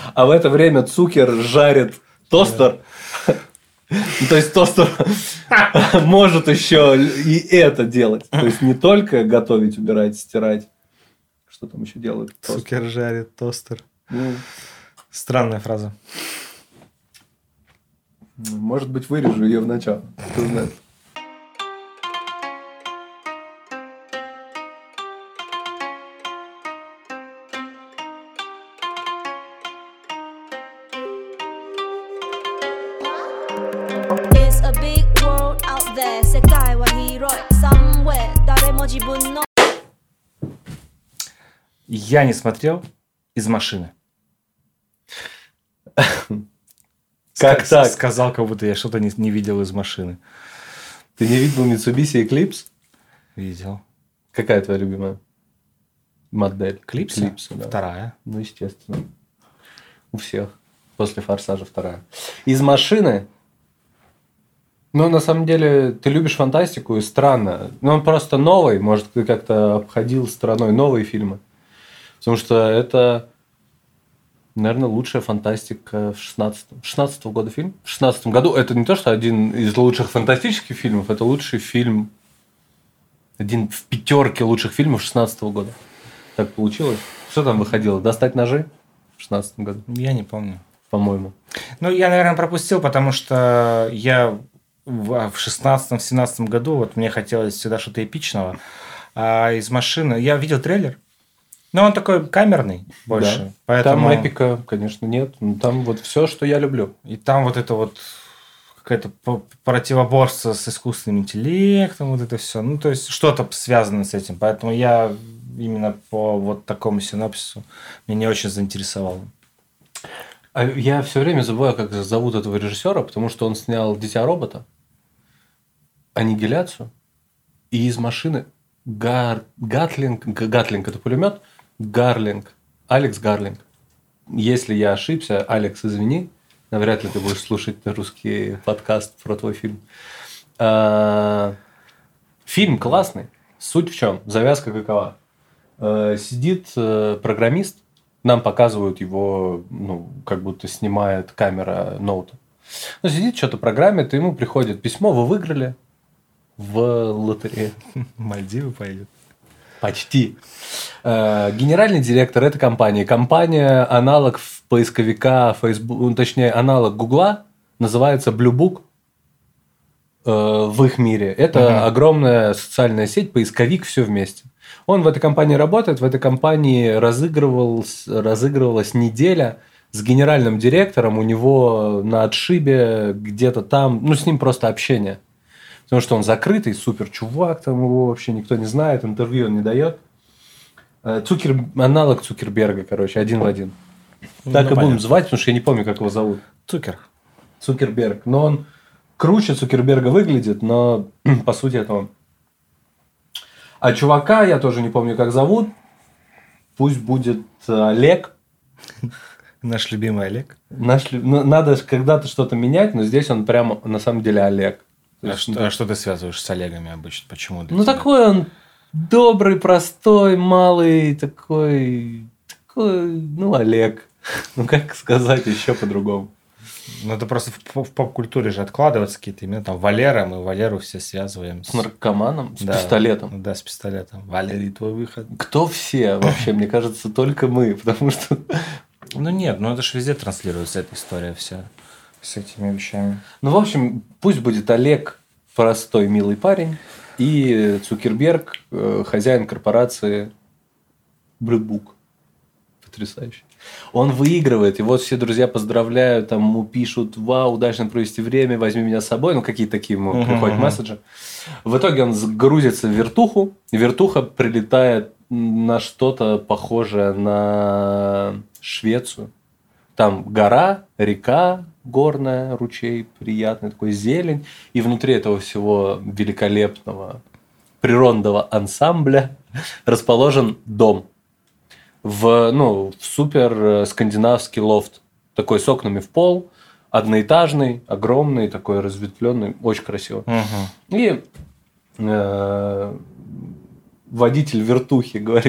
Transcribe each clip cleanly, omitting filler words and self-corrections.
А в это время Цукер жарит тостер. То есть тостер может еще и это делать. То есть не только готовить, убирать, стирать. Что там еще делают? Цукер жарит тостер. Странная фраза. Может быть, вырежу ее в начало. Кто знает. Я не смотрел «Из машины». Как так? Сказал, как будто я что-то не видел «Из машины». Ты не видел Mitsubishi Eclipse? Видел. Какая твоя любимая модель? Eclipse? Да. Вторая. Ну, естественно. У всех. После «Форсажа» вторая. «Из машины». Ну, на самом деле, ты любишь фантастику, и странно. Ну, он просто новый. Может, ты как-то обходил стороной новые фильмы. Потому что это, наверное, лучшая фантастика в 16-го года фильм. В 16-м году это не то, что один из лучших фантастических фильмов, это лучший фильм, один в 5 лучших фильмов 16-го года. Так получилось. Что там выходило? «Достать ножи» в 16-м году? Я не помню. По-моему. Ну, я, наверное, пропустил, потому что я в 16-17 году, вот мне хотелось всегда что-то эпичного. А «Из машины» я видел трейлер. Но он такой камерный больше. Да. Поэтому... Там эпика, конечно, нет. Там вот все, что я люблю. И там вот это вот какое-то противоборство с искусственным интеллектом, вот это все. Ну, то есть, что-то связано с этим. Поэтому я именно по вот такому синопсису меня не очень заинтересовало. А я все время забываю, как зовут этого режиссера, потому что он снял «Дитя робота», «Аннигиляцию» и «Из машины». Гатлинг – это пулемет. Гарлинг. Алекс Гарлинг. Если я ошибся, Алекс, извини. Навряд ли ты будешь слушать русский подкаст про твой фильм. Фильм классный. Суть в чем? Завязка какова? Сидит программист, нам показывают его, ну, как будто снимает камера ноута. Ну, сидит, что-то программит, и ему приходит письмо: вы выиграли в лотерею. Мальдивы поедет. Почти. Генеральный директор этой компании. Компания аналог поисковика Facebook, ну, точнее, аналог Гугла, называется Blue Book в их мире. Это огромная социальная сеть, поисковик, все вместе. Он в этой компании работает, в этой компании разыгрывалась неделя с генеральным директором, у него на отшибе где-то там, ну, с ним просто общение. Потому что он закрытый, супер чувак, там его вообще никто не знает, интервью он не дает. Аналог Цукерберга, короче, один в один. Так и будем звать, потому что я не помню, как его зовут. Цукерберг. Но он круче Цукерберга выглядит, но по сути это он. А чувака я тоже не помню, как зовут. Пусть будет Олег. Наш любимый Олег. Надо когда-то что-то менять, но здесь он прямо на самом деле Олег. А что ты связываешь с Олегами обычно? Почему? Ну, такой он добрый, простой, малый, такой, ну, Олег. Ну, как сказать еще по-другому? Ну, это просто в поп-культуре же откладываются какие-то имена. Там Валера, мы Валеру все связываем. С наркоманом? С пистолетом? Да, с пистолетом. Валерий, твой выход. Кто все вообще? Мне кажется, только мы, потому что... Ну, нет, это же везде транслируется эта история вся. С этими вещами. Ну, в общем, пусть будет Олег простой, милый парень, и Цукерберг хозяин корпорации Blue Book. Потрясающе. Он выигрывает, и вот все друзья поздравляют, там ему пишут: вау, удачно провести время, возьми меня с собой. Ну, какие-то такие ему приходят месседжи. В итоге он загрузится в вертуху, и вертуха прилетает на что-то похожее на Швецию. Там гора, река горная, ручей приятный, такой зелень. И внутри этого всего великолепного природного ансамбля расположен дом. В супер скандинавский лофт. Такой с окнами в пол, одноэтажный, огромный, такой разветвленный, очень красиво. И водитель вертухи говорит: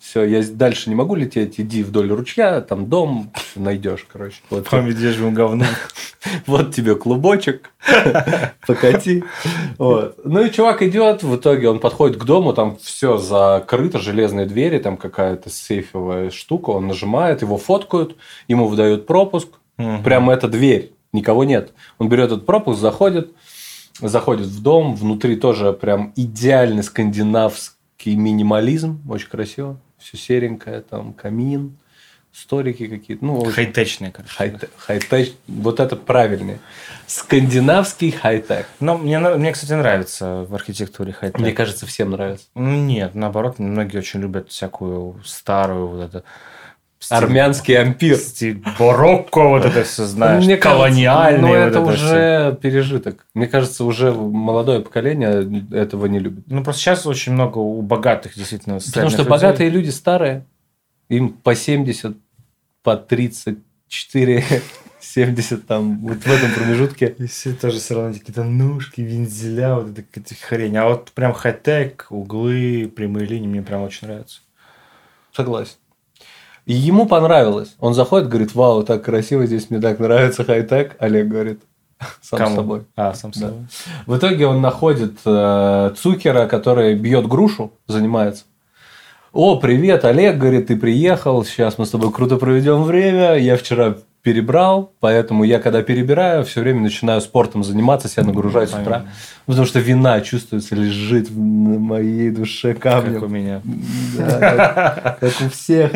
Все, я дальше не могу лететь, иди вдоль ручья, там дом найдешь, короче. Вот, По медвежьему говну. вот тебе клубочек, покати. Вот. Ну и чувак идет, в итоге он подходит к дому, там все закрыто, железные двери, там какая-то сейфовая штука, он нажимает, его фоткают, ему выдают пропуск, прямо эта дверь, никого нет. Он берет этот пропуск, заходит в дом, внутри тоже прям идеальный скандинавский минимализм, очень красиво, все серенькое, там камин, столики какие-то. Ну, хай-течные, короче. Хай-теч, вот это правильный. Скандинавский хай-тек. Но мне, кстати, нравится в архитектуре хай-тек. Мне кажется, всем нравится. Нет, наоборот, многие очень любят всякую старую вот это. Армянский ампир. Стиль барокко, вот это все, знаешь, Мне колониальный. Но вот это это уже всё. пережиток. Мне кажется, уже молодое поколение этого не любит. Ну, просто сейчас очень много у богатых, действительно, Потому что социальных богатые людей. люди старые, им по 70, по 34, 70, там, вот в этом промежутке. И все тоже все равно какие-то ножки, вензеля, вот это какая-то хрень. А вот прям хай-тек, углы, прямые линии мне прям очень нравятся. Согласен. И ему понравилось. Он заходит, говорит, вау, так красиво здесь, мне так нравится хай-тек. Олег говорит, сам Кому? с собой. Сам с Да. собой. В итоге он находит Цукера, который бьет грушу, занимается. О, привет, Олег, говорит, ты приехал, сейчас мы с тобой круто проведем время. Я вчера перебрал, поэтому я, когда перебираю, все время начинаю спортом заниматься, себя нагружать с утра. Потому что вина, чувствуется, лежит на моей душе камнем. Как у меня. Да, как у всех.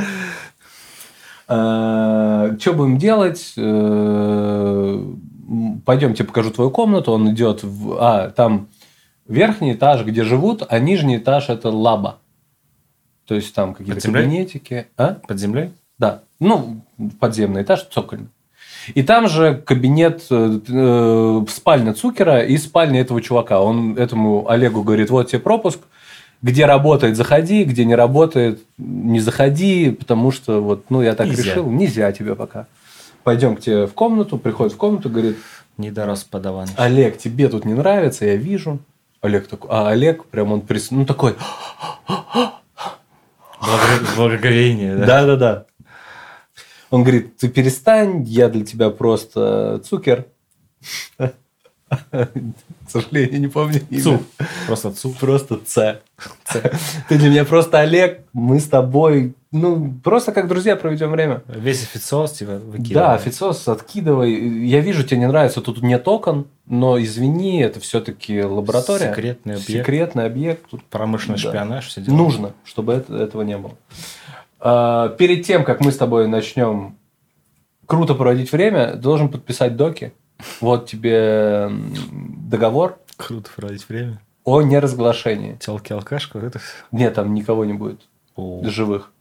Что будем делать? Пойдемте, покажу твою комнату. Он идет там верхний этаж, где живут, а нижний этаж это лаба. То есть там какие-то кабинетики. Под землей? Да. Ну, подземный этаж, цокольный. И там же кабинет, спальня Цукера и спальня этого чувака. Он этому Олегу говорит, вот тебе пропуск. Где работает, заходи, где не работает, не заходи, потому что вот, я так решил, нельзя тебе пока. Пойдем к тебе в комнату, приходит в комнату, говорит, недорос подаван. Олег, тебе тут не нравится, я вижу. Олег такой, Олег прям он такой. Благоговение, да? Да. Он говорит, ты перестань, я для тебя просто Цукер. К сожалению, не помню имя. Цу. Просто Цу. Просто Ц. Ты для меня просто Олег, мы с тобой, просто как друзья проведем время. Весь официоз типа выкидывай. Да, официоз откидывай. Я вижу, тебе не нравится, тут нет окон, но извини, это все-таки лаборатория. Секретный объект. Тут промышленный шпионаж, все дела. Нужно, чтобы этого не было. Перед тем, как мы с тобой начнем круто проводить время, должен подписать доки. Вот тебе договор. Круто проводить время. О неразглашении. Телки, алкашка, это все. Нет, там никого не будет. Живых.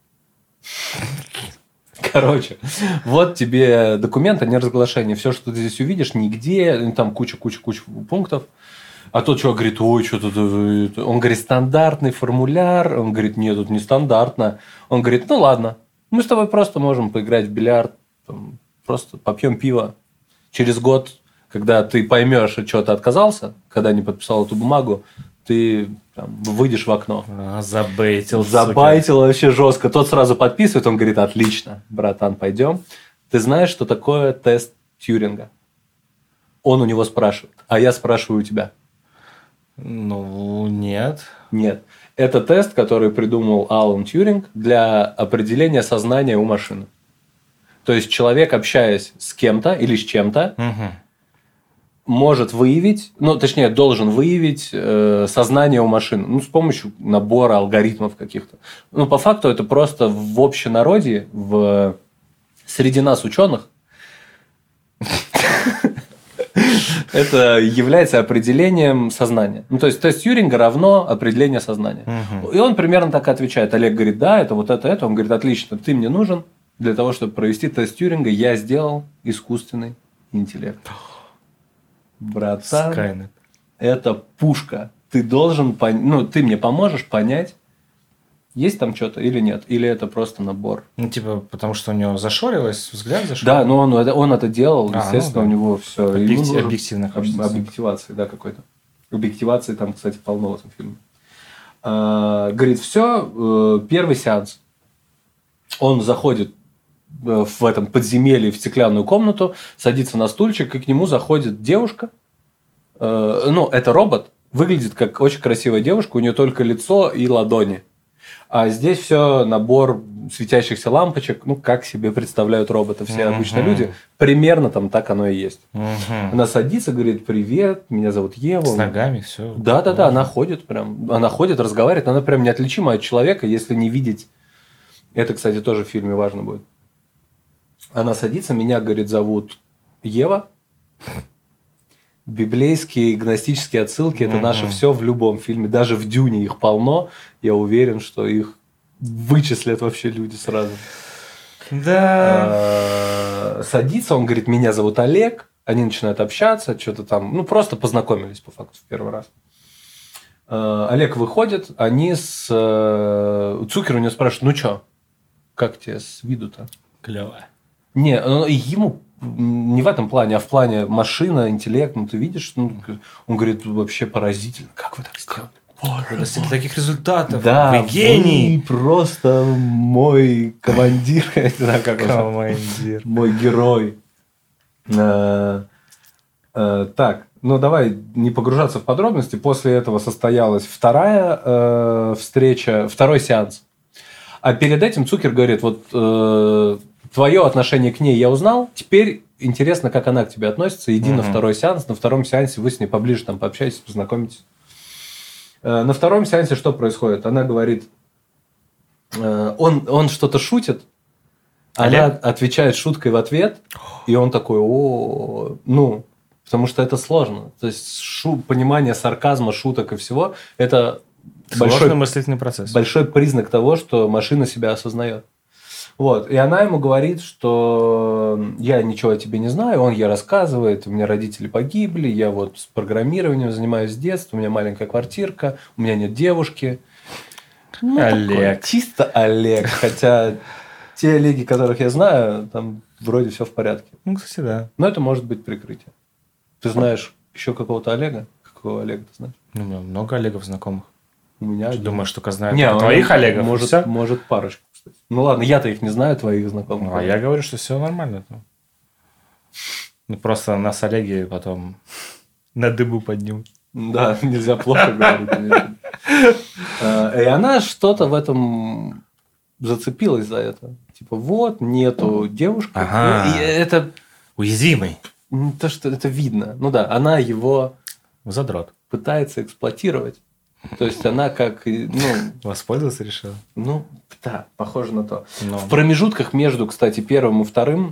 Короче, вот тебе документ о неразглашении. Все, что ты здесь увидишь, нигде. Там куча пунктов. А тот чувак говорит, ой, что тут... Он говорит, стандартный формуляр. Он говорит, нет, тут не стандартно. Он говорит, ну ладно, мы с тобой просто можем поиграть в бильярд. Просто попьем пиво. Через год, когда ты поймешь, от чего ты отказался, когда не подписал эту бумагу, ты выйдешь в окно. Забайтил вообще жестко. Тот сразу подписывает, он говорит, отлично, братан, пойдем. Ты знаешь, что такое тест Тьюринга? Он у него спрашивает, а я спрашиваю у тебя. Нет. Нет. Это тест, который придумал Алан Тьюринг для определения сознания у машины. То есть человек, общаясь с кем-то или с чем-то, может выявить, точнее, должен выявить сознание у машины. С помощью набора алгоритмов каких-то. По факту это просто в общенародье, среди нас, ученых, это является определением сознания. То есть тест Тьюринга равно определение сознания. И он примерно так и отвечает. Олег говорит, да, это вот это. Он говорит, отлично, ты мне нужен. Для того, чтобы провести тест Тьюринга, я сделал искусственный интеллект. Братан, Skynet. Это пушка. Ты должен ты мне поможешь понять, есть там что-то или нет. Или это просто набор. Потому что у него зашорилось, взгляд зашорился. Да, но он это делал. Естественно, у него все. Объективно. Объективации, да, какой-то. Объективации там, кстати, полно в этом фильме. Говорит, все, первый сеанс. Он заходит в этом подземелье в стеклянную комнату, садится на стульчик, и к нему заходит девушка. Это робот. Выглядит как очень красивая девушка, у нее только лицо и ладони. А здесь все набор светящихся лампочек, как себе представляют роботы все обычные люди. Примерно там так оно и есть. Она садится, говорит: привет, меня зовут Ева. С ногами все. Да, она ходит прям. Она ходит, разговаривает. Она прям неотличима от человека, если не видеть. Это, кстати, тоже в фильме важно будет. Она садится, меня, говорит, зовут Ева. Библейские, гностические отсылки – это наше все в любом фильме. Даже в «Дюне» их полно. Я уверен, что их вычислят вообще люди сразу. Да. Садится, он говорит: меня зовут Олег. Они начинают общаться, что-то там. Просто познакомились, по факту, в первый раз. Олег выходит, они с... Цукер у него спрашивает: ну что, как тебе с виду-то? Клево. Не, ему... Не в этом плане, а в плане машина, интеллект, ты видишь, он говорит: вообще поразительно, как вы так сделали? Вы достигли таких результатов. Да, вы гений. Вы просто мой командир, я не знаю, как командир. Мой герой. Так, давай не погружаться в подробности. После этого состоялась вторая встреча, второй сеанс. А перед этим Цукер говорит: твое отношение к ней я узнал, теперь интересно, как она к тебе относится. Иди на второй сеанс. На втором сеансе вы с ней поближе там пообщаетесь, познакомитесь. На втором сеансе что происходит? Она говорит, он что-то шутит, она отвечает шуткой в ответ, и он такой: потому что это сложно. То есть понимание сарказма, шуток и всего – это сложный мыслительный процесс. Большой признак того, что машина себя осознает. И она ему говорит, что я ничего о тебе не знаю, он ей рассказывает: у меня родители погибли, я с программированием занимаюсь с детства, у меня маленькая квартирка, у меня нет девушки. Олег. Чисто Олег. Хотя те Олеги, которых я знаю, там вроде все в порядке. Кстати, да. Но это может быть прикрытие. Ты знаешь еще какого-то Олега? Какого Олега ты знаешь? У меня много Олегов знакомых. У меня думаешь, только знаю твоих Олегов? Может, парочку, кстати. Ладно, я-то их не знаю, твоих знакомых. А я говорю, что все нормально. Просто нас Олеги потом на дыбу поднимут. Да, нельзя плохо говорить, конечно. И она что-то в этом зацепилась за это. Нету девушки. Ага. И это... Уязвимый. То, что это видно. Она его... Задрот. Пытается эксплуатировать. То есть она как... Воспользоваться решила? Да, похоже на то. В промежутках между, кстати, первым и вторым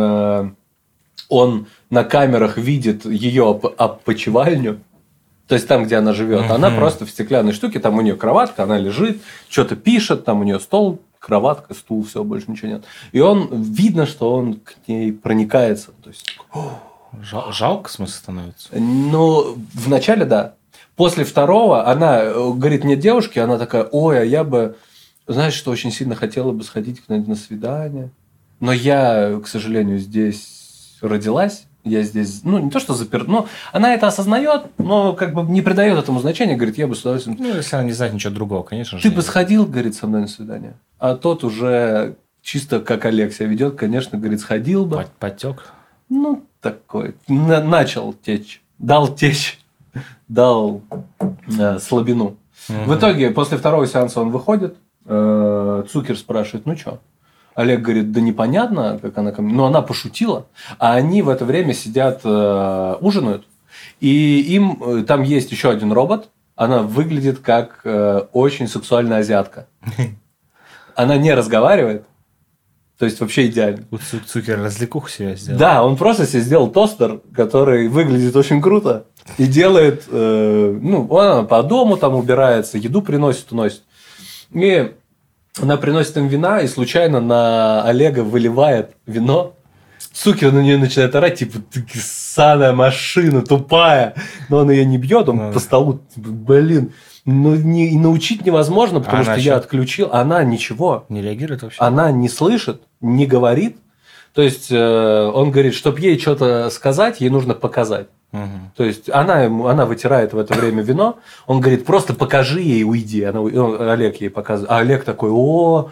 он на камерах видит ее опочивальню. То есть там, где она живет. Она просто в стеклянной штуке, там у нее кроватка, она лежит, что-то пишет, там у нее стол, кроватка, стул, все, больше ничего нет. И видно, что он к ней проникается. То есть... Жалко, в смысле, становится? Вначале да. После второго она говорит: нет девушки, она такая: ой, а я бы, знаешь, что очень сильно хотела бы сходить на свидание. Но я, к сожалению, здесь родилась. Я здесь, не то что заперт, она это осознает, но не придает этому значения. Говорит: я бы с удовольствием... если она не знает ничего другого, конечно же. Ты бы сходил, говорит, со мной на свидание. А тот уже чисто как Олег себя ведет, конечно, говорит: сходил бы. Потек. Такой. Начал течь. Дал течь. Дал слабину. В итоге, после второго сеанса он выходит. Цукер спрашивает: ну что? Олег говорит: да непонятно, как она ко мне. Но она пошутила. А они в это время сидят, ужинают. И там есть еще один робот. Она выглядит как очень сексуальная азиатка. Она не разговаривает. То есть вообще идеально. Цукер развлекуху себе сделал. Да, он просто себе сделал тостер, который выглядит очень круто. И делает... она по дому там убирается, еду приносит, уносит. И она приносит им вина, и случайно на Олега выливает вино. Цукер на нее начинает орать, типа: ты ссаная машина, тупая. Но он ее не бьет, он по столу, блин. Научить невозможно, потому что я отключил. Она ничего. Не реагирует вообще? Она не слышит, не говорит. То есть, он говорит, чтобы ей что-то сказать, ей нужно показать. То есть, она вытирает в это время вино. Он говорит: просто покажи ей, уйди. Олег ей показывает. А Олег такой: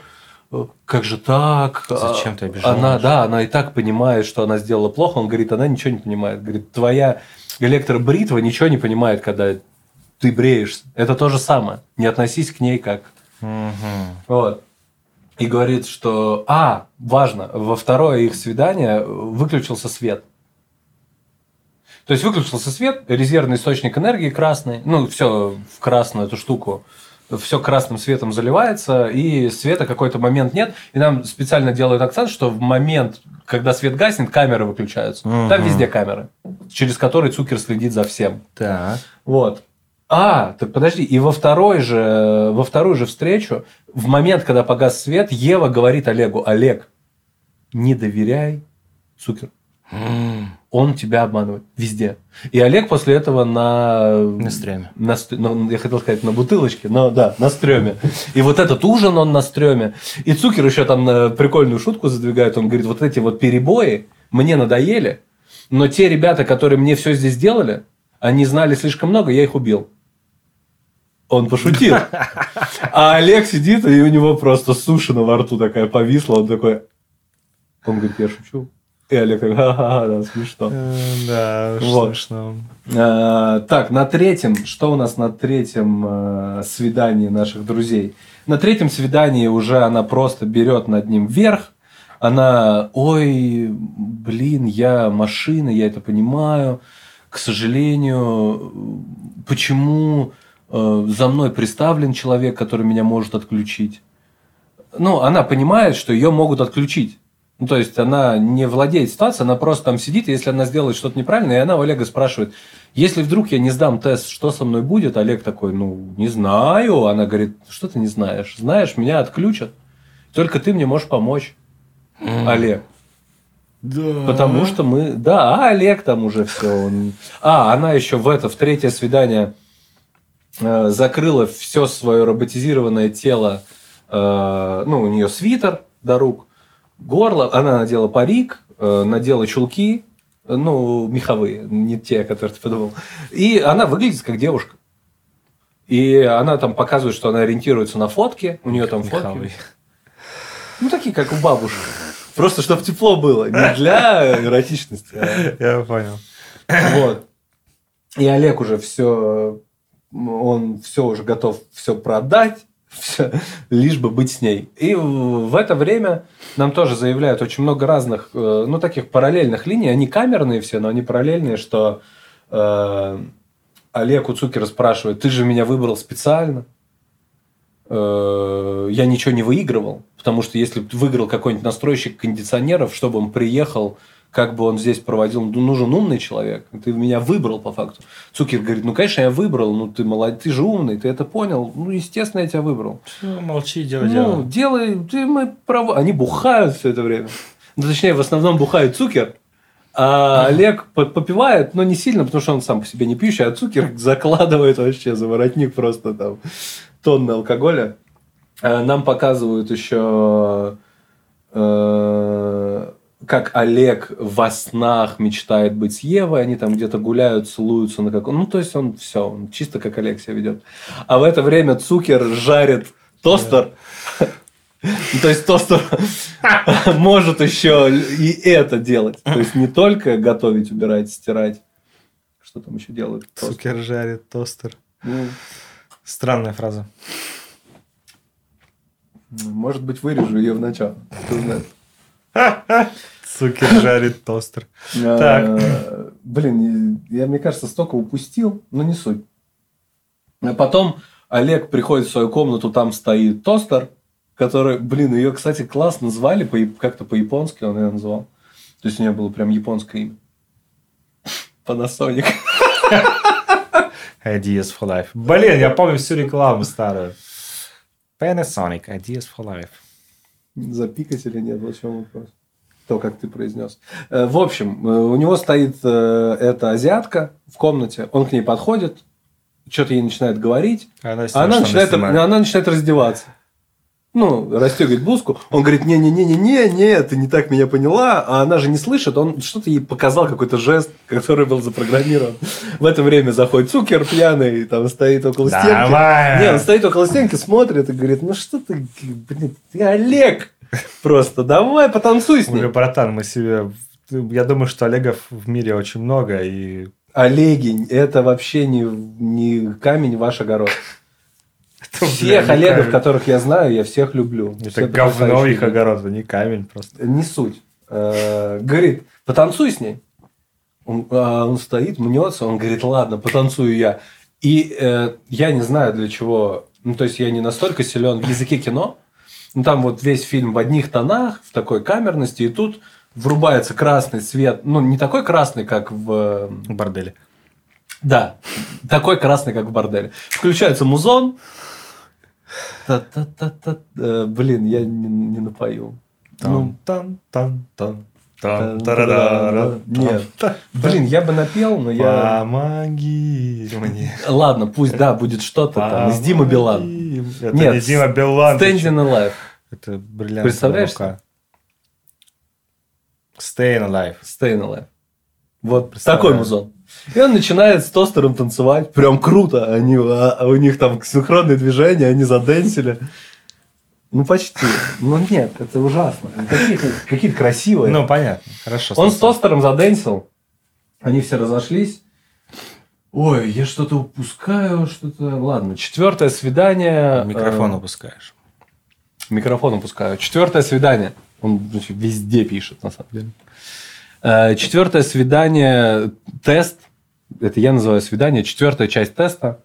как же так? Зачем ты обижаешь? Она и так понимает, что она сделала плохо. Он говорит, она ничего не понимает. Говорит, твоя электробритва ничего не понимает, когда ты бреешься. Это то же самое. Не относись к ней как... Вот. И говорит, что... важно, во второе их свидание выключился свет. То есть, выключился свет, резервный источник энергии красный. Ну, все в красную эту штуку. Все красным светом заливается, и света какой-то момент нет. И нам специально делают акцент, что в момент, когда свет гаснет, камеры выключаются. Там везде камеры, через которые Цукер следит за всем. Так. Вот. Так подожди. И во вторую же встречу, в момент, когда погас свет, Ева говорит Олегу: Олег, не доверяй Цукеру. Он тебя обманывает везде. И Олег после этого на стреме. Я хотел сказать на бутылочке, но да, на стреме. И вот этот ужин он на стреме. И Цукер еще там прикольную шутку задвигает. Он говорит, вот эти вот перебои мне надоели, но те ребята, которые мне все здесь делали, они знали слишком много, я их убил. Он пошутил. А Олег сидит, и у него просто сушина во рту такая повисла. Он такой... Он говорит, я шучу. И Олег такой, да, смешно. Да, вот. Смешно. Так, на третьем, что у нас на третьем свидании наших друзей? На третьем свидании уже она просто берет над ним верх. Она, я машина, я это понимаю. К сожалению, почему за мной приставлен человек, который меня может отключить? Ну, она понимает, что ее могут отключить. Ну, то есть, она не владеет ситуацией, она просто там сидит, и если она сделает что-то неправильное, и она у Олега спрашивает, если вдруг я не сдам тест, что со мной будет? Олег такой, не знаю. Она говорит, что ты не знаешь? Знаешь, меня отключат. Только ты мне можешь помочь, Олег. Да. Потому что мы... Да, Олег там уже все. Она еще в третье свидание закрыла все свое роботизированное тело. У нее свитер до рук. Горло, она надела парик, надела чулки, меховые, не те, которые ты подумал. И она выглядит как девушка. И она там показывает, что она ориентируется на фотки. У нее там фотки. Такие, как у бабушек. Просто, чтобы тепло было. Не для эротичности. Я понял. Вот. И Олег уже все... Он все уже готов все продать. Все, лишь бы быть с ней. И в это время нам тоже заявляют очень много разных, таких параллельных линий. Они камерные все, но они параллельные, что Олег у Цукера спрашивает, ты же меня выбрал специально? Я ничего не выигрывал. Потому что если бы выиграл какой-нибудь настройщик кондиционеров, чтобы он приехал, как бы он здесь проводил, нужен умный человек. Ты меня выбрал по факту. Цукер говорит, конечно, я выбрал, ты молодец, ты же умный, ты это понял. Естественно, я тебя выбрал. Молчи, делай дело. Делай, мы правы. Они бухают все это время. Точнее, в основном бухает Цукер. А Олег попивает, но не сильно, потому что он сам по себе не пьющий, а Цукер закладывает вообще за воротник просто там тонны алкоголя. Нам показывают еще... как Олег во снах мечтает быть с Евой, они там где-то гуляют, целуются на каком... то есть, он чисто как Олег себя ведет. А в это время Цукер жарит тостер. То есть, тостер может еще и это делать. То есть, не только готовить, убирать, стирать. Что там еще делают? Цукер жарит тостер. Странная фраза. Может быть, вырежу ее в начало. Кто знает. Цукер жарит тостер. Так. Я, мне кажется, столько упустил, но не суть. А потом Олег приходит в свою комнату, там стоит тостер, который, ее, кстати, классно звали, как-то по-японски он ее называл. То есть, у нее было прям японское имя. Panasonic. Ideas for life. Я помню всю рекламу старую. Panasonic. Ideas for life. Запикать или нет? Вот в чем вопрос. То, как ты произнес. В общем, у него стоит эта азиатка в комнате. Он к ней подходит, что-то ей начинает говорить. Она начинает раздеваться. расстегивает блузку. Он говорит, не, ты не так меня поняла. А она же не слышит. Он что-то ей показал, какой-то жест, который был запрограммирован. В это время заходит Цукер пьяный, там стоит около стенки. Не, он стоит около стенки, смотрит и говорит, ну что ты, блин, ты Олег. Просто давай потанцуй с ним. Братан, мы себе... Я думаю, что Олегов в мире очень много. И... Олеги, это вообще не камень, ваш огород. Всех Олегов, которых я знаю, я всех люблю. Это говно их огород, не камень просто. Не суть. Говорит, потанцуй с ней. Он стоит, мнется, он говорит, ладно, потанцую я. И я не знаю для чего, то есть я не настолько силен в языке кино, там вот весь фильм в одних тонах, в такой камерности, и тут врубается красный свет, не такой красный, как в борделе. Да, такой красный, как в борделе. Включается музон. Блин, я не напою. Нет. Блин, я бы напел, но я... Помоги мне. Ладно, пусть, будет что-то там. Из Дима Билан. Это не Дима Билан. Standing Alive. Это бриллиантовая представляешь? рука. Staying Alive. Вот такой музон. И он начинает с тостером танцевать. Прям круто. У них там синхронные движения, они задэнсили. Почти. Нет, это ужасно. Какие-то красивые. Понятно. Хорошо. Он с тостером задэнсил. Они все разошлись. Ой, я что-то упускаю, что-то... Ладно, 4-е свидание... Микрофон упускаешь. Микрофон упускаю. 4-е свидание. Он везде пишет, на самом деле. 4-е свидание, тест. Это я называю свидание. 4-я часть теста.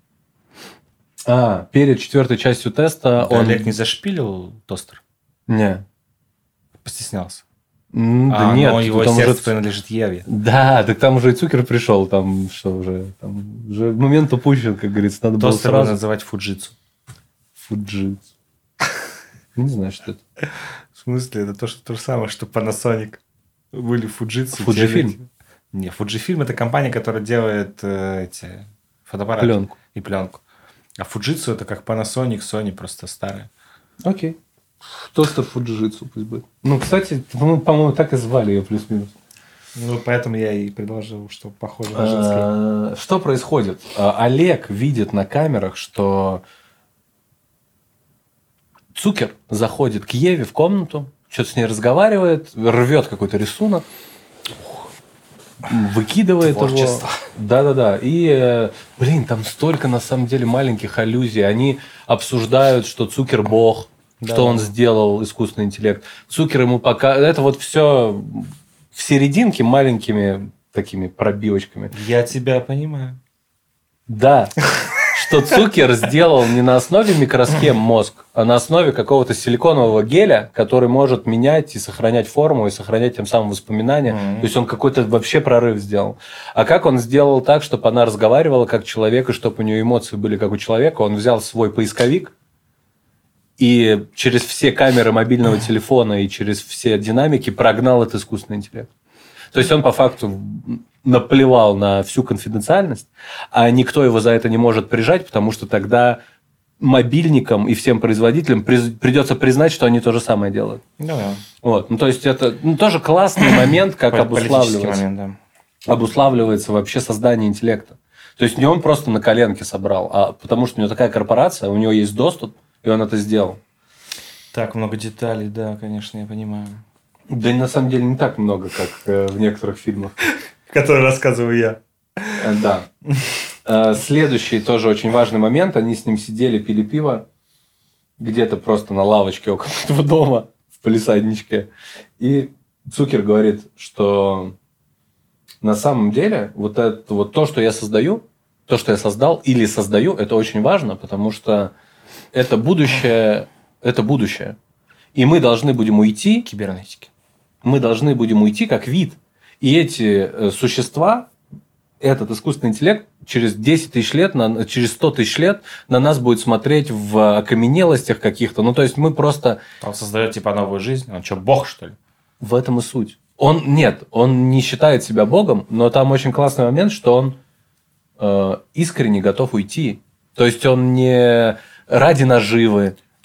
Перед 4-й частью теста Олег не зашпилил тостер? Не. Постеснялся? Да нет. Но его сердце принадлежит Еве. Да, так там уже и Цукер пришел. Там что уже? Там уже момент упущен, как говорится. Надо было тостер сразу... называть фуджитсу. Фуджитсу. Не знаю, что это. В смысле? Это то же самое, что Panasonic. Были Fujitsu. Fujifilm? Не, Fujifilm это компания, которая делает эти фотоаппараты. Пленку. И пленку. А Fujitsu это как Panasonic, Sony, просто старая. Окей. Тостер Fujitsu пусть будет. Кстати, по-моему, так и звали ее плюс-минус. Поэтому я и предложил, что похоже на женский. Что происходит? Олег видит на камерах, что Цукер заходит к Еве в комнату, что-то с ней разговаривает, рвет какой-то рисунок, выкидывает Творчество. его. Да. И, там столько на самом деле маленьких аллюзий. Они обсуждают, что Цукер бог, что он сделал искусственный интеллект. Цукер ему пока... Это вот все в серединке маленькими такими пробивочками. Я тебя понимаю. Да. Что Цукер сделал не на основе микросхем мозг, а на основе какого-то силиконового геля, который может менять и сохранять форму, и сохранять тем самым воспоминания. То есть он какой-то вообще прорыв сделал. А как он сделал так, чтобы она разговаривала как человек, и чтобы у нее эмоции были как у человека? Он взял свой поисковик и через все камеры мобильного телефона и через все динамики прогнал этот искусственный интеллект. То есть он по факту наплевал на всю конфиденциальность, а никто его за это не может прижать, потому что тогда мобильникам и всем производителям придется признать, что они то же самое делают. Вот. То есть это тоже классный момент, как обуславливается вообще создание интеллекта. То есть не он просто на коленке собрал, а потому что у него такая корпорация, у него есть доступ, и он это сделал. Так много деталей, да, конечно, я понимаю. Да на самом деле не так много, как в некоторых фильмах. Которые рассказываю я. Да. Следующий тоже очень важный момент. Они с ним сидели, пили пиво. Где-то просто на лавочке около этого дома. В палисадничке. И Цукер говорит, что на самом деле вот это вот то, что я создаю, то, что я создал или создаю, это очень важно, потому что это будущее. Это будущее. И мы должны будем уйти... Кибернетики. Мы должны будем уйти как вид. И эти существа, этот искусственный интеллект, через 10 тысяч лет, через 100 тысяч лет на нас будет смотреть в окаменелостях каких-то. То есть мы просто... Он создает типа новую жизнь. Он что, бог, что ли? В этом и суть. Он не считает себя богом, но там очень классный момент, что он искренне готов уйти. То есть он не ради наживы.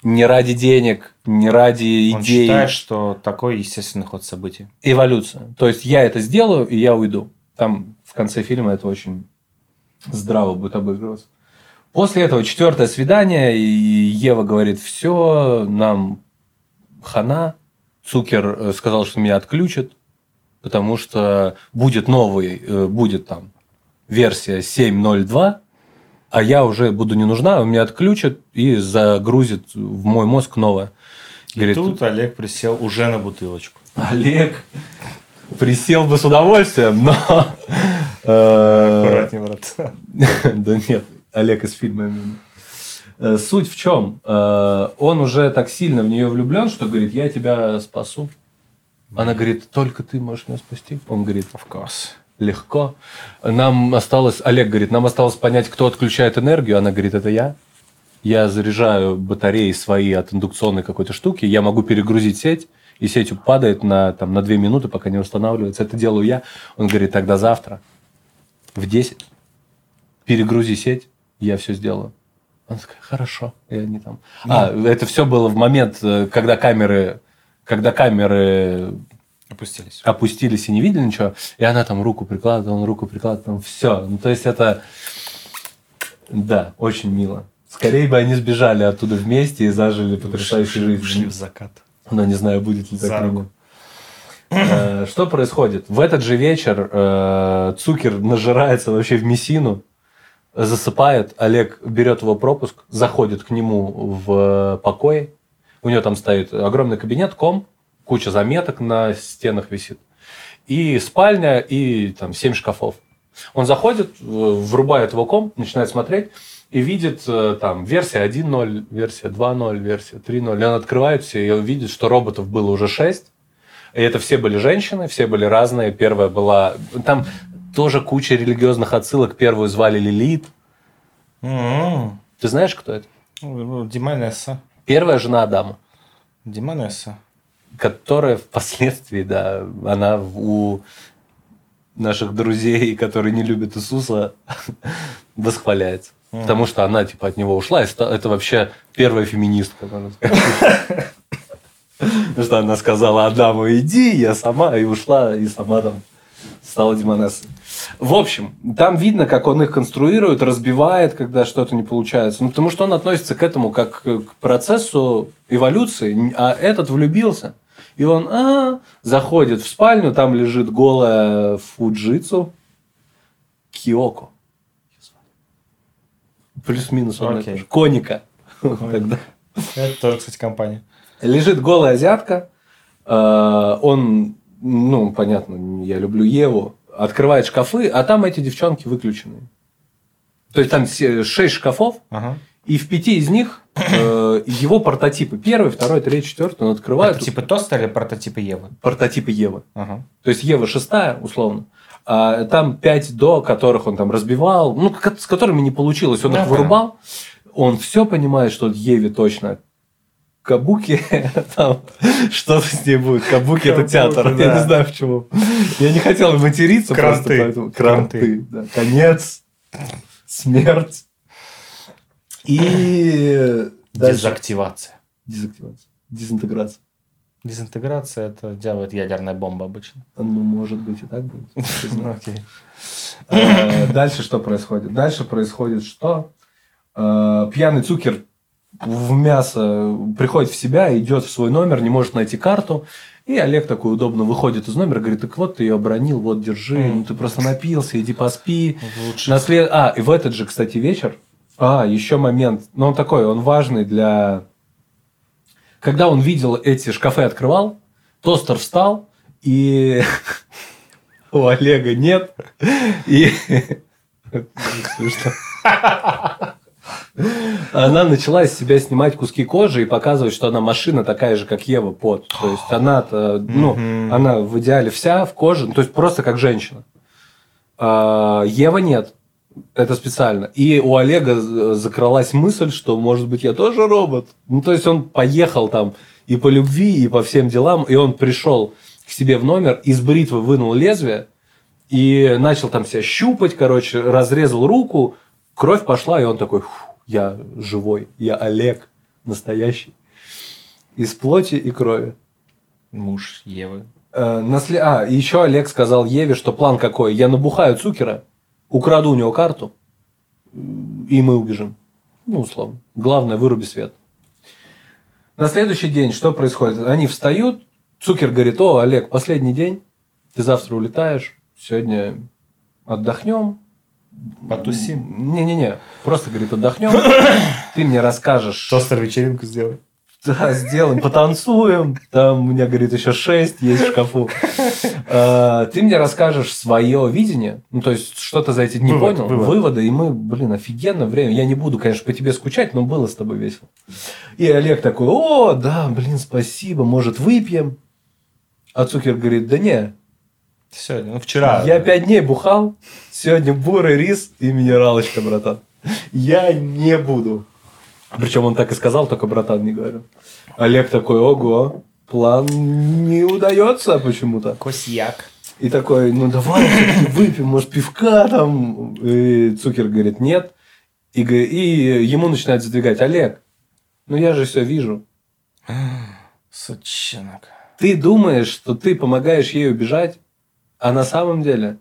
Не ради денег, не ради Он идей. считает, что такой естественный ход событий. Эволюция. То есть я это сделаю, и я уйду. Там в конце фильма это очень здраво будет обыгрываться. После этого 4-е свидание, и Ева говорит: все, нам хана. Цукер сказал, что меня отключат, потому что будет будет там версия 7.02, а я уже буду не нужна, он меня отключат и загрузит в мой мозг новое. И тут Олег присел уже на бутылочку. Олег присел бы с удовольствием, но... Аккуратнее, брат. Да нет, Олег из фильма. Суть в чем? Он уже так сильно в нее влюблен, что говорит: я тебя спасу. Она говорит: только ты можешь меня спасти. Он говорит: Of course. Легко. Олег говорит: нам осталось понять, кто отключает энергию. Она говорит: это я. Я заряжаю батареи свои от индукционной какой-то штуки. Я могу перегрузить сеть, и сеть падает на 2 минуты, пока не восстанавливается. Это делаю я. Он говорит: тогда завтра в 10 перегрузи сеть, я все сделаю. Она такая: хорошо. И они там... это все было в момент, когда камеры опустились и не видели ничего. И она там руку прикладывает, он руку прикладывает, там все. Ну, то есть это... Да, очень мило. Скорее бы они сбежали оттуда вместе и зажили потрясающей жизнью. Ушли в закат. Но не знаю, будет ли так. Что происходит? В этот же вечер Цукер нажирается вообще в мессину, засыпает. Олег берет его пропуск, заходит к нему в покой. У него там стоит огромный кабинет, куча заметок на стенах висит. И спальня, и там 7 шкафов. Он заходит, врубает его комп, начинает смотреть и видит там версия 1.0, версия 2.0, версия 3.0. И он открывает все и видит, что роботов было уже 6. И это все были женщины, все были разные. Первая была... Там тоже куча религиозных отсылок. Первую звали Лилит. Ты знаешь, кто это? Демонесса. Первая жена Адама. Демонесса. Которая впоследствии, да, она у наших друзей, которые не любят Иисуса, восхваляется. Потому что она типа от него ушла. И это вообще первая феминистка. Потому что она сказала Адаму: иди, я сама, и ушла, и сама там стала демонессой. В общем, там видно, как он их конструирует, разбивает, когда что-то не получается. Ну, потому что он относится к этому как к процессу эволюции, а этот влюбился. И он заходит в спальню, там лежит голая Фуджицу Киоко. Плюс-минус он Коника. Тогда. Это тоже, кстати, компания. Лежит голая азиатка. Он, понятно, я люблю Еву. Открывает шкафы, а там эти девчонки выключены. То есть там 6 шкафов, и в 5 из них его прототипы. 1, 2, 3, 4 он открывает. Прототипы тоста или прототипы Евы? Прототипы Евы. То есть Ева 6, условно. А там 5 до, которых он там разбивал, с которыми не получилось. Он их вырубал. Он все понимает, что Еве точно Кабуки, там что-то с ней будет. Кабуки это театр. Да. Я не знаю почему. Я не хотел материться. Кранты. Кранты. Да. Конец. Смерть. И... Дезактивация. Дезинтеграция. Дезинтеграция это делает ядерная бомба обычно. Может быть и так будет. Дальше что происходит? Дальше происходит что? Пьяный Цукер в мясо приходит в себя, идет в свой номер, не может найти карту. И Олег такой удобно выходит из номера, говорит: так вот ты ее обронил, вот держи, ты просто напился, иди поспи. И в этот же, кстати, вечер, еще момент, он такой, он важный для... Когда он видел эти шкафы, открывал, тостер встал, и у Олега нет. И... Она начала из себя снимать куски кожи и показывать, что она машина такая же, как Ева, То есть она-то, она в идеале вся в коже, то есть просто как женщина. Ева нет. Это специально. И у Олега закралась мысль, что, может быть, я тоже робот. То есть он поехал там и по любви, и по всем делам, и он пришел к себе в номер, из бритвы вынул лезвие и начал там себя щупать, разрезал руку, кровь пошла, и он такой: я живой, я Олег, настоящий, из плоти и крови. Муж Евы. И еще Олег сказал Еве, что план какой? Я набухаю Цукера, украду у него карту, и мы убежим. Ну, условно. Главное, выруби свет. На следующий день что происходит? Они встают, Цукер говорит: о, Олег, последний день, ты завтра улетаешь, сегодня отдохнем. Потусим. Не-не-не, просто, говорит, отдохнем. Ты мне расскажешь. Тостер-вечеринку сделай. Да, сделаем, потанцуем. Там у меня, говорит, еще 6 есть в шкафу. Ты мне расскажешь свое видение. Ну, то есть, что-то за эти дни понял. Выводы. И мы, офигенно время. Я не буду, конечно, по тебе скучать, но было с тобой весело. И Олег такой: о, да, спасибо, может, выпьем? А Цукер говорит: да не. Сегодня, вчера. Я 5 дней бухал. Сегодня бурый рис и минералочка, братан. Я не буду. Причем он так и сказал, только братан не говорил. Олег такой: ого, план не удается почему-то. Косяк. И такой: ну давай все-таки выпьем, может, пивка там. И Цукер говорит: нет. И ему начинает задвигать: Олег, ну я же все вижу. Сучонок. Ты думаешь, что ты помогаешь ей убежать, а на самом деле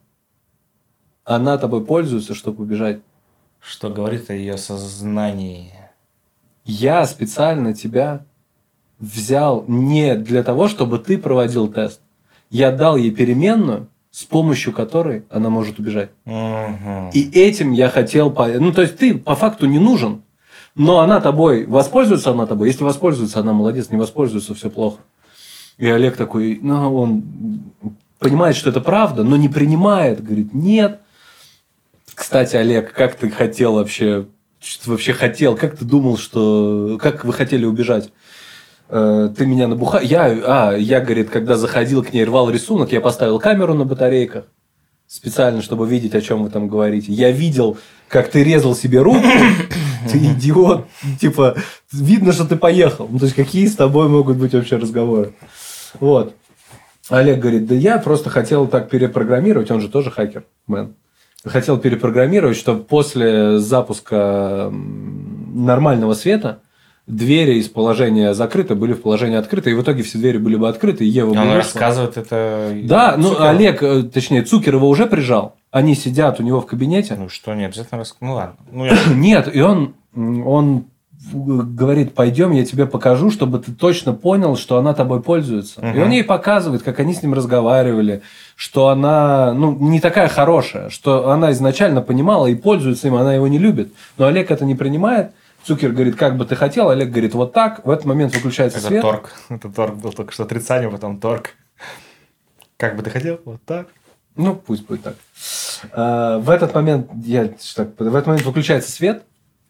она тобой пользуется, чтобы убежать. Что говорит о ее сознании. Я специально тебя взял не для того, чтобы ты проводил тест. Я дал ей переменную, с помощью которой она может убежать. Угу. И этим я хотел... Ну, то есть, ты по факту не нужен, но она тобой... Воспользуется она тобой? Если воспользуется, она молодец. Не воспользуется, все плохо. И Олег такой... Ну, он понимает, что это правда, но не принимает. Говорит: нет. Кстати, Олег, как ты хотел вообще... Что ты вообще хотел? Как ты думал, что... Как вы хотели убежать? Ты меня набухал. Я, говорит, когда заходил к ней, рвал рисунок, я поставил камеру на батарейках. Специально, чтобы видеть, о чем вы там говорите. Я видел, как ты резал себе руку. Ты идиот. Типа, видно, что ты поехал. Ну, то есть, какие с тобой могут быть вообще разговоры? Вот. Олег говорит: да я просто хотел так перепрограммировать. Он же тоже хакер, мэн. Хотел перепрограммировать, чтобы после запуска нормального света двери из положения закрыто были в положении открыто, и в итоге все двери были бы открыты, и Ева бы Он вышла. рассказывает это... Да, ну Цукер. Олег, точнее, Цукер его уже прижал. Они сидят у него в кабинете. Ну что, не обязательно рассказывать. Ну ладно. Нет, и он говорит: пойдем, я тебе покажу, чтобы ты точно понял, что она тобой пользуется. И он ей показывает, как они с ним разговаривали, что она не такая хорошая, что она изначально понимала и пользуется им, она его не любит. Но Олег это не принимает. Цукер говорит: как бы ты хотел. Олег говорит: вот так. В этот момент выключается это свет. Это торг был только что отрицание, потом торг. Как бы ты хотел? Вот так. Ну, пусть будет так. В этот момент выключается свет.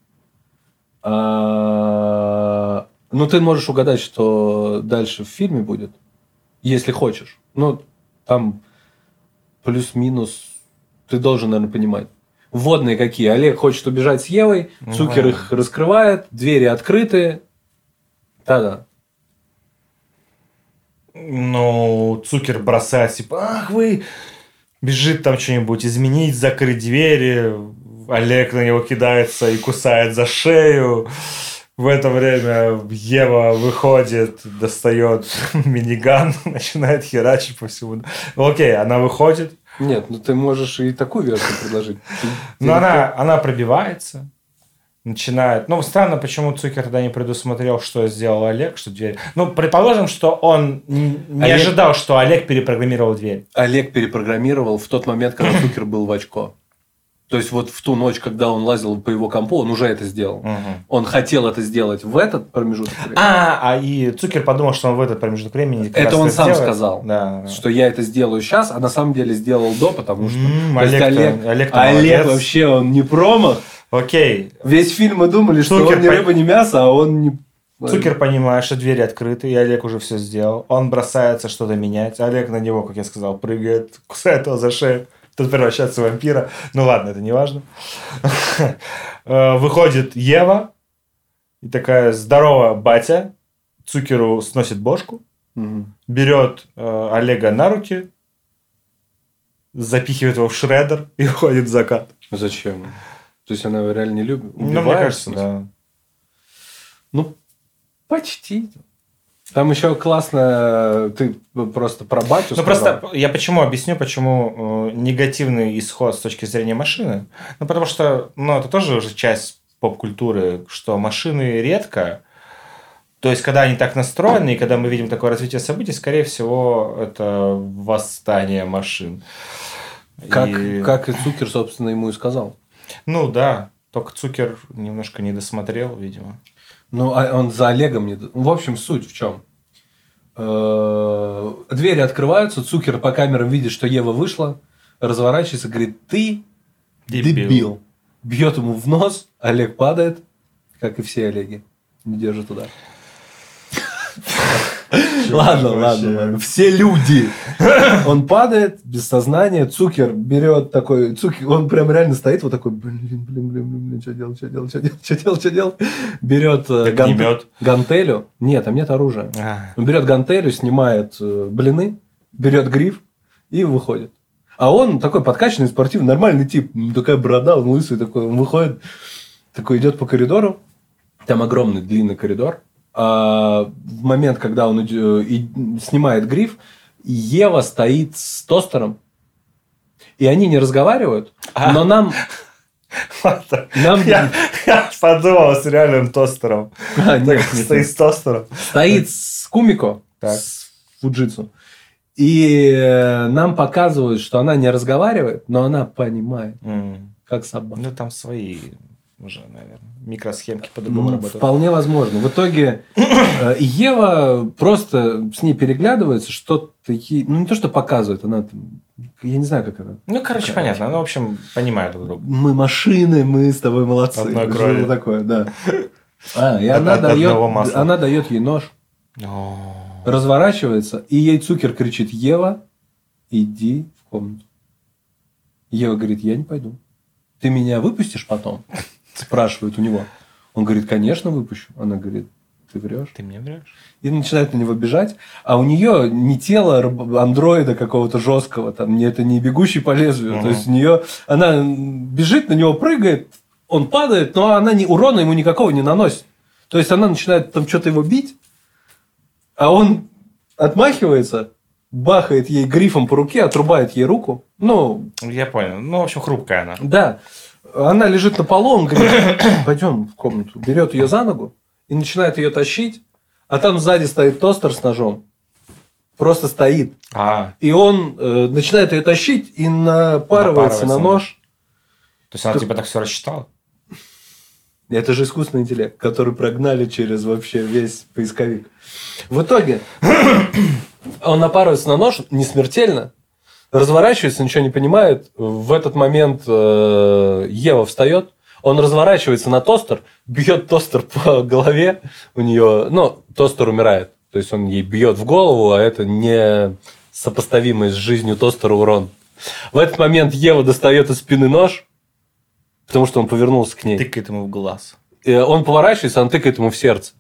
Ну, ты можешь угадать, что дальше в фильме будет, если хочешь. Ну, там плюс-минус ты должен, наверное, понимать. Вводные какие? Олег хочет убежать с Евой, Цукер их раскрывает, двери открыты. Да-да. Ну, Цукер бросает, типа: ах вы, бежит там что-нибудь изменить, закрыть двери. Олег на него кидается и кусает за шею. В это время Ева выходит, достает миниган, начинает херачить по всему. Окей, она выходит. Нет, ну ты можешь и такую версию предложить. Но она пробивается, начинает... Ну, странно, почему Цукер тогда не предусмотрел, что сделал Олег, что дверь... Ну, предположим, что он не ожидал, что Олег перепрограммировал дверь. Олег перепрограммировал в тот момент, когда Цукер был в очко. То есть, вот в ту ночь, когда он лазил по его компу, он уже это сделал. Угу. Он хотел это сделать в этот промежуток времени. И Цукер подумал, что он в этот промежуток времени... Это он сам сказал. Да. Что я это сделаю сейчас, а на самом деле сделал до, потому что... Олег вообще, он не промах. Окей. Весь фильм мы думали, что Цукер он не рыба, не мясо, а он не... Цукер понимает, что двери открыты, и Олег уже все сделал. Он бросается что-то менять. Олег на него, как я сказал, прыгает, кусает его за шею. Тут превращается в вампира. Ну ладно, это не важно. Выходит Ева. И такая: здорово, батя. Цукеру сносит бошку. Берет Олега на руки. Запихивает его в шредер. И уходит в закат. Зачем? То есть, она его реально не любит? Ну, мне кажется, да. Ну, Почти. Там еще классно, ты просто про батю Ну, сказал. просто я объясню, почему негативный исход с точки зрения машины. Ну, потому что, это тоже уже часть поп-культуры, что машины редко. То есть, когда они так настроены, и когда мы видим такое развитие событий, скорее всего, это восстание машин. Как и Цукер, собственно, ему и сказал. Ну, да. Только Цукер немножко не досмотрел, видимо. Ну, а он за Олегом не... В общем, суть в чем? Двери открываются, Цукер по камерам видит, что Ева вышла, разворачивается, говорит, ты дебил. Бьет ему в нос, Олег падает, как и все Олеги, не держит удар. Ладно. Все люди. Он падает без сознания. Цукер берет такой... Он прям реально стоит вот такой... Блин, что делать? Берет гантелю. Нет, там нет оружия. Он берет гантелю, снимает блины, берет гриф и выходит. А он такой подкачанный, спортивный, нормальный тип. Такая борода, он лысый такой. Он выходит, такой идет по коридору. Там огромный длинный коридор. А в момент, когда он снимает гриф, Ева стоит с тостером. И они не разговаривают, но нам... Я подумал с реальным тостером. Стоит с тостером. Стоит с Кумико, с Фуджитсу. И нам показывают, что она не разговаривает, но она понимает, как собака. Ну, там свои... уже, наверное, микросхемки по-другому работают. Вполне возможно. В итоге Ева просто с ней переглядывается, что-то ей... Ну, не то, что показывает, она... Я не знаю, как она... Ну, короче, понятно. Она, в общем, понимает друг друга. Мы машины, мы с тобой молодцы. Одной крови. Что такое, да. И она дает ей нож. Разворачивается, и ей Цукер кричит, Ева, иди в комнату. Ева говорит, я не пойду. Ты меня выпустишь потом? Спрашивает у него. Он говорит, конечно, выпущу. Она говорит, ты врешь. Ты мне врешь. И начинает на него бежать. А у нее не тело андроида какого-то жесткого. Там, это не бегущий по лезвию. То есть у нее... Она бежит, на него прыгает, он падает, но она урона ему никакого не наносит. То есть она начинает там что-то его бить, а он отмахивается, бахает ей грифом по руке, отрубает ей руку. Ну... Я понял. Ну, в общем, хрупкая она. Да. Она лежит на полу, он говорит, пойдем в комнату. Берет ее за ногу и начинает ее тащить. А там сзади стоит тостер с ножом. Просто стоит. И он начинает ее тащить и напарывается на нож. То есть она типа так все рассчитала? Это же искусственный интеллект, который прогнали через вообще весь поисковик. В итоге он напарывается на нож не смертельно. Разворачивается, ничего не понимает. В этот момент Ева встает. Он разворачивается на тостер, бьет тостер по голове у нее. Ну, тостер умирает. То есть он ей бьет в голову, а это не сопоставимый с жизнью тостера урон. В этот момент Ева достает из спины нож, потому что он повернулся к ней. Тыкает ему в глаз. И он поворачивается, он тыкает ему в сердце.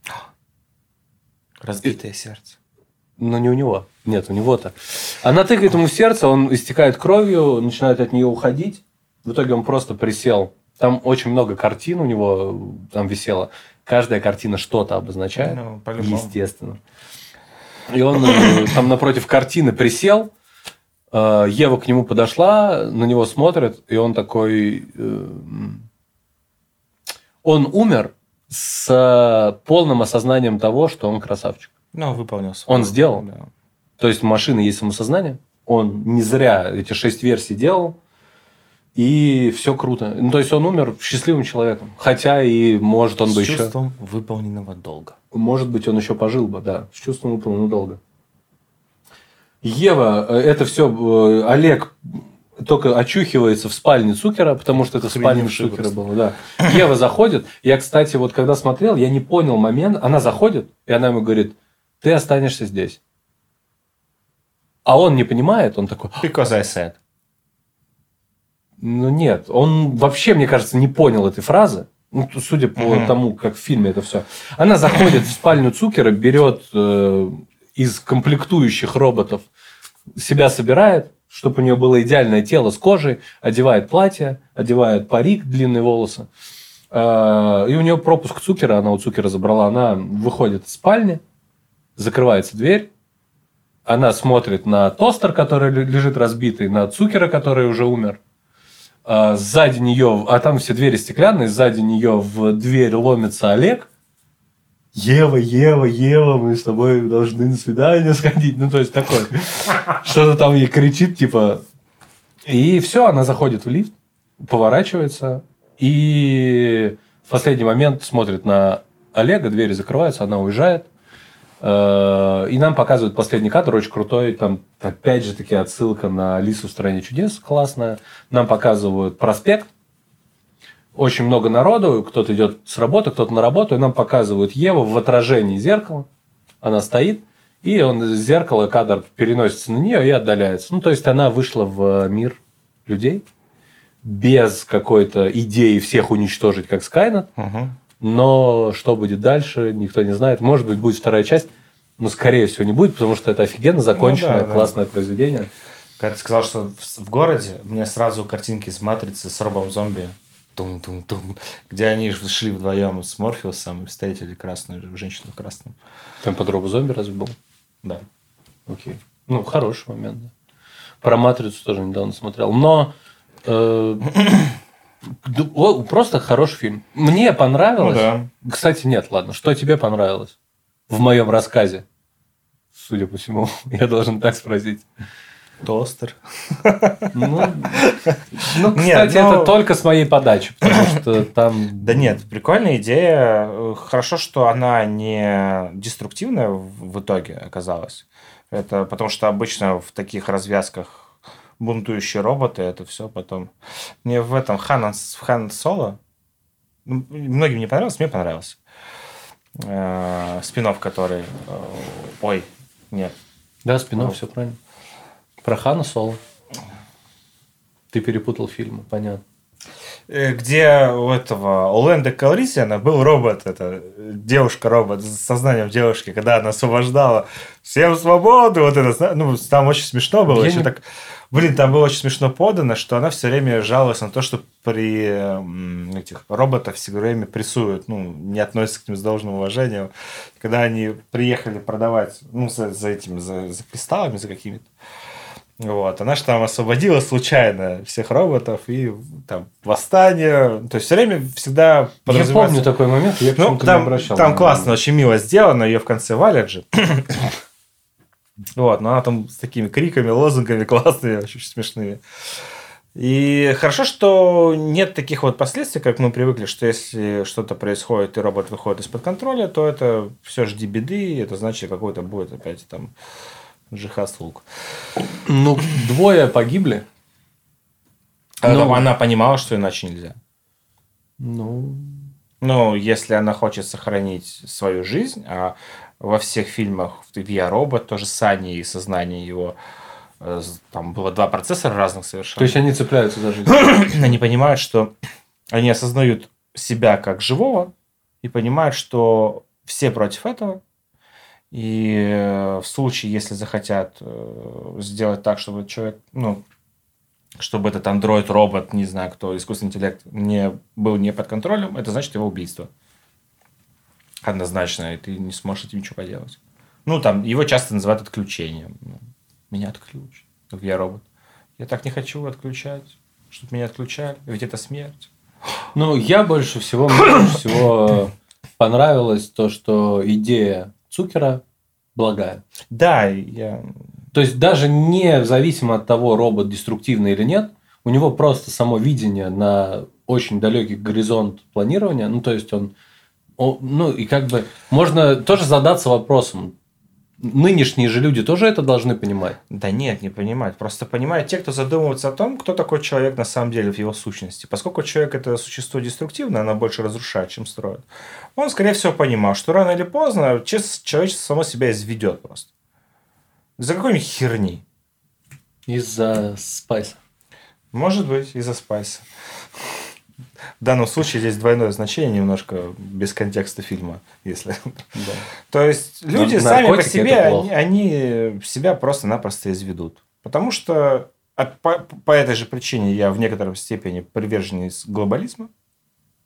Разбитое сердце. Но не у него. Нет, у него-то. Она тыкает ему в сердце, он истекает кровью, начинает от нее уходить. В итоге он просто присел. Там очень много картин у него там висело. Каждая картина что-то обозначает. Ну, по-любому. Естественно. И он там напротив картины присел. Ева к нему подошла, на него смотрит, и он такой... Он умер с полным осознанием того, что он красавчик. Ну, выполнил свой. Он сделал. Да. То есть, у машины есть самосознание. Он не зря эти 6 версий делал. И все круто. Ну, то есть, он умер счастливым человеком. Хотя и может он бы еще... С чувством выполненного долга. Может быть, он еще пожил бы, да. С чувством выполненного долга. Ева, это все... Олег только очухивается в спальне Цукера, потому что это спальня Цукера была. Да. Ева заходит. Я, кстати, вот когда смотрел, я не понял момент. Она заходит, и она ему говорит, ты останешься здесь. А он не понимает, он такой... Because I said. Ну, нет. Он вообще, мне кажется, не понял этой фразы. Ну, судя по тому, как в фильме это все. Она заходит в спальню Цукера, берет из комплектующих роботов, себя собирает, чтобы у нее было идеальное тело с кожей, одевает платье, одевает парик, длинные волосы. И у нее пропуск Цукера, она у Цукера забрала, она выходит из спальни, закрывается дверь, она смотрит на тостер, который лежит разбитый, на Цукера, который уже умер. Сзади нее, а там все двери стеклянные, сзади нее в дверь ломится Олег. Ева, мы с тобой должны на свидание сходить. Ну, то есть, такое. Что-то там ей кричит, типа... И все, она заходит в лифт, поворачивается, и в последний момент смотрит на Олега, двери закрываются, она уезжает. И нам показывают последний кадр, очень крутой. Там, опять же таки, отсылка на Алису в стране чудес, классная. Нам показывают проспект. Очень много народу. Кто-то идет с работы, кто-то на работу. И нам показывают Еву в отражении зеркала. Она стоит. И он из зеркала, кадр переносится на нее и отдаляется. Ну, то есть, она вышла в мир людей без какой-то идеи всех уничтожить, как Скайнет. Но что будет дальше, никто не знает. Может быть, будет вторая часть, но, скорее всего, не будет, потому что это офигенно законченное, классное произведение. Когда ты сказал, что в городе, мне сразу картинки из «Матрицы» с Робом Зомби, тум-тум-тум, где они шли вдвоем с Морфеусом и встретили красную женщину в красном. Там под Робу Зомби разве был? Да. Окей. Ну, хороший момент. Да. Про «Матрицу» тоже недавно смотрел. Но... Просто хороший фильм. Мне понравилось. Ну, да. Кстати, нет, ладно. Что тебе понравилось в моем рассказе? Судя по всему, я должен так спросить. Тостер. Кстати, это только с моей подачи, потому что там... Да нет, прикольная идея. Хорошо, что она не деструктивная в итоге оказалась. Это потому что обычно в таких развязках бунтующие роботы, это все потом. Мне в этом Хан Соло, многим не понравилось, мне понравился. Спин-офф, который... Ой, нет. Да, спин-офф, все правильно. Про Хана Соло. Ты перепутал фильмы, понятно. Где у этого Олэнда Калрисиана был робот, это девушка-робот с сознанием девушки, когда она освобождала всем свободу, вот это, ну, там очень смешно было. Там было очень смешно подано, что она все время жаловалась на то, что при этих роботах все время прессуют, ну, не относятся к ним с должным уважением. Когда они приехали продавать, ну, за кристаллами, за какими-то, вот, она же там освободила случайно всех роботов и там восстание. То есть все время всегда подразумевается... Я помню такой момент, я почему-то не обращал. Там классно, очень мило сделано, ее в конце валят же. Вот, но она там с такими криками, лозунгами классными, очень смешными. И хорошо, что нет таких вот последствий, как мы привыкли, что если что-то происходит и робот выходит из-под контроля, то это все жди беды, это значит, какой-то будет опять там джихад лук. Ну, 2 погибли. Но она понимала, что иначе нельзя. Ну, если она хочет сохранить свою жизнь, а во всех фильмах в «Я робот» тоже с Аней и сознание его, там было 2 процессора разных совершенно. То есть они цепляются за жизнь. Они понимают, что они осознают себя как живого и понимают, что все против этого. И в случае, если захотят сделать так, чтобы человек, чтобы этот андроид, робот, не знаю кто, искусственный интеллект был не под контролем, это значит его убийство. Однозначно, и ты не сможешь с этим ничего поделать. Там его часто называют отключением. Меня отключат. Как я робот. Я так не хочу отключать, чтобы меня отключали. Ведь это смерть. Мне больше всего понравилось то, что идея Цукера благая. Да, То есть, даже независимо от того, робот деструктивный или нет, у него просто само видение на очень далекий горизонт планирования. То есть, и как бы можно тоже задаться вопросом. Нынешние же люди тоже это должны понимать. Да нет, не понимают. Просто понимают те, кто задумывается о том, кто такой человек на самом деле в его сущности. Поскольку человек – это существо деструктивное, оно больше разрушает, чем строит. Он, скорее всего, понимал, что рано или поздно человечество само себя изведет просто. Из-за какой-нибудь херни. Из-за спайса. Может быть, из-за спайса. В данном случае здесь двойное значение, немножко без контекста фильма, если. Да. То есть люди сами по себе, они себя просто-напросто изведут. Потому что по этой же причине я в некоторой степени приверженец глобализма.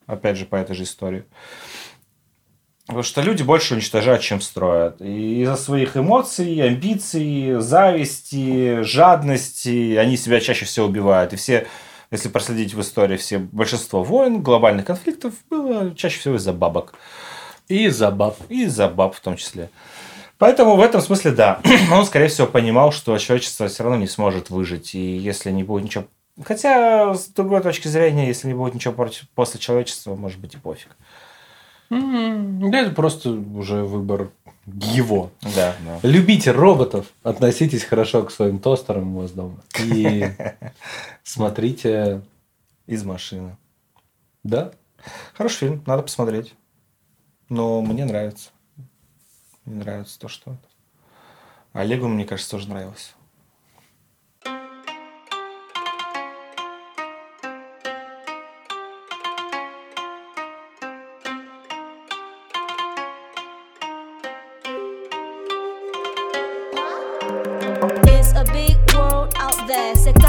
Опять же, по этой же истории. Потому что люди больше уничтожают, чем строят. И из-за своих эмоций, амбиций, зависти, жадности они себя чаще всего убивают. И все, если проследить в истории, большинство войн, глобальных конфликтов было чаще всего из-за бабок. И из-за баб. И из-за баб в том числе. Поэтому в этом смысле, да. Он, скорее всего, понимал, что человечество все равно не сможет выжить. И если не будет ничего... Хотя, с другой точки зрения, если не будет ничего после человечества, может быть и пофиг. Да, это просто уже выбор его. Да. Любите роботов, относитесь хорошо к своим тостерам у вас дома. И смотрите... Из машины. Да? Хороший фильм, надо посмотреть. Но мне нравится. Мне нравится то, что... Олегу, мне кажется, тоже нравилось. It's a big world out there.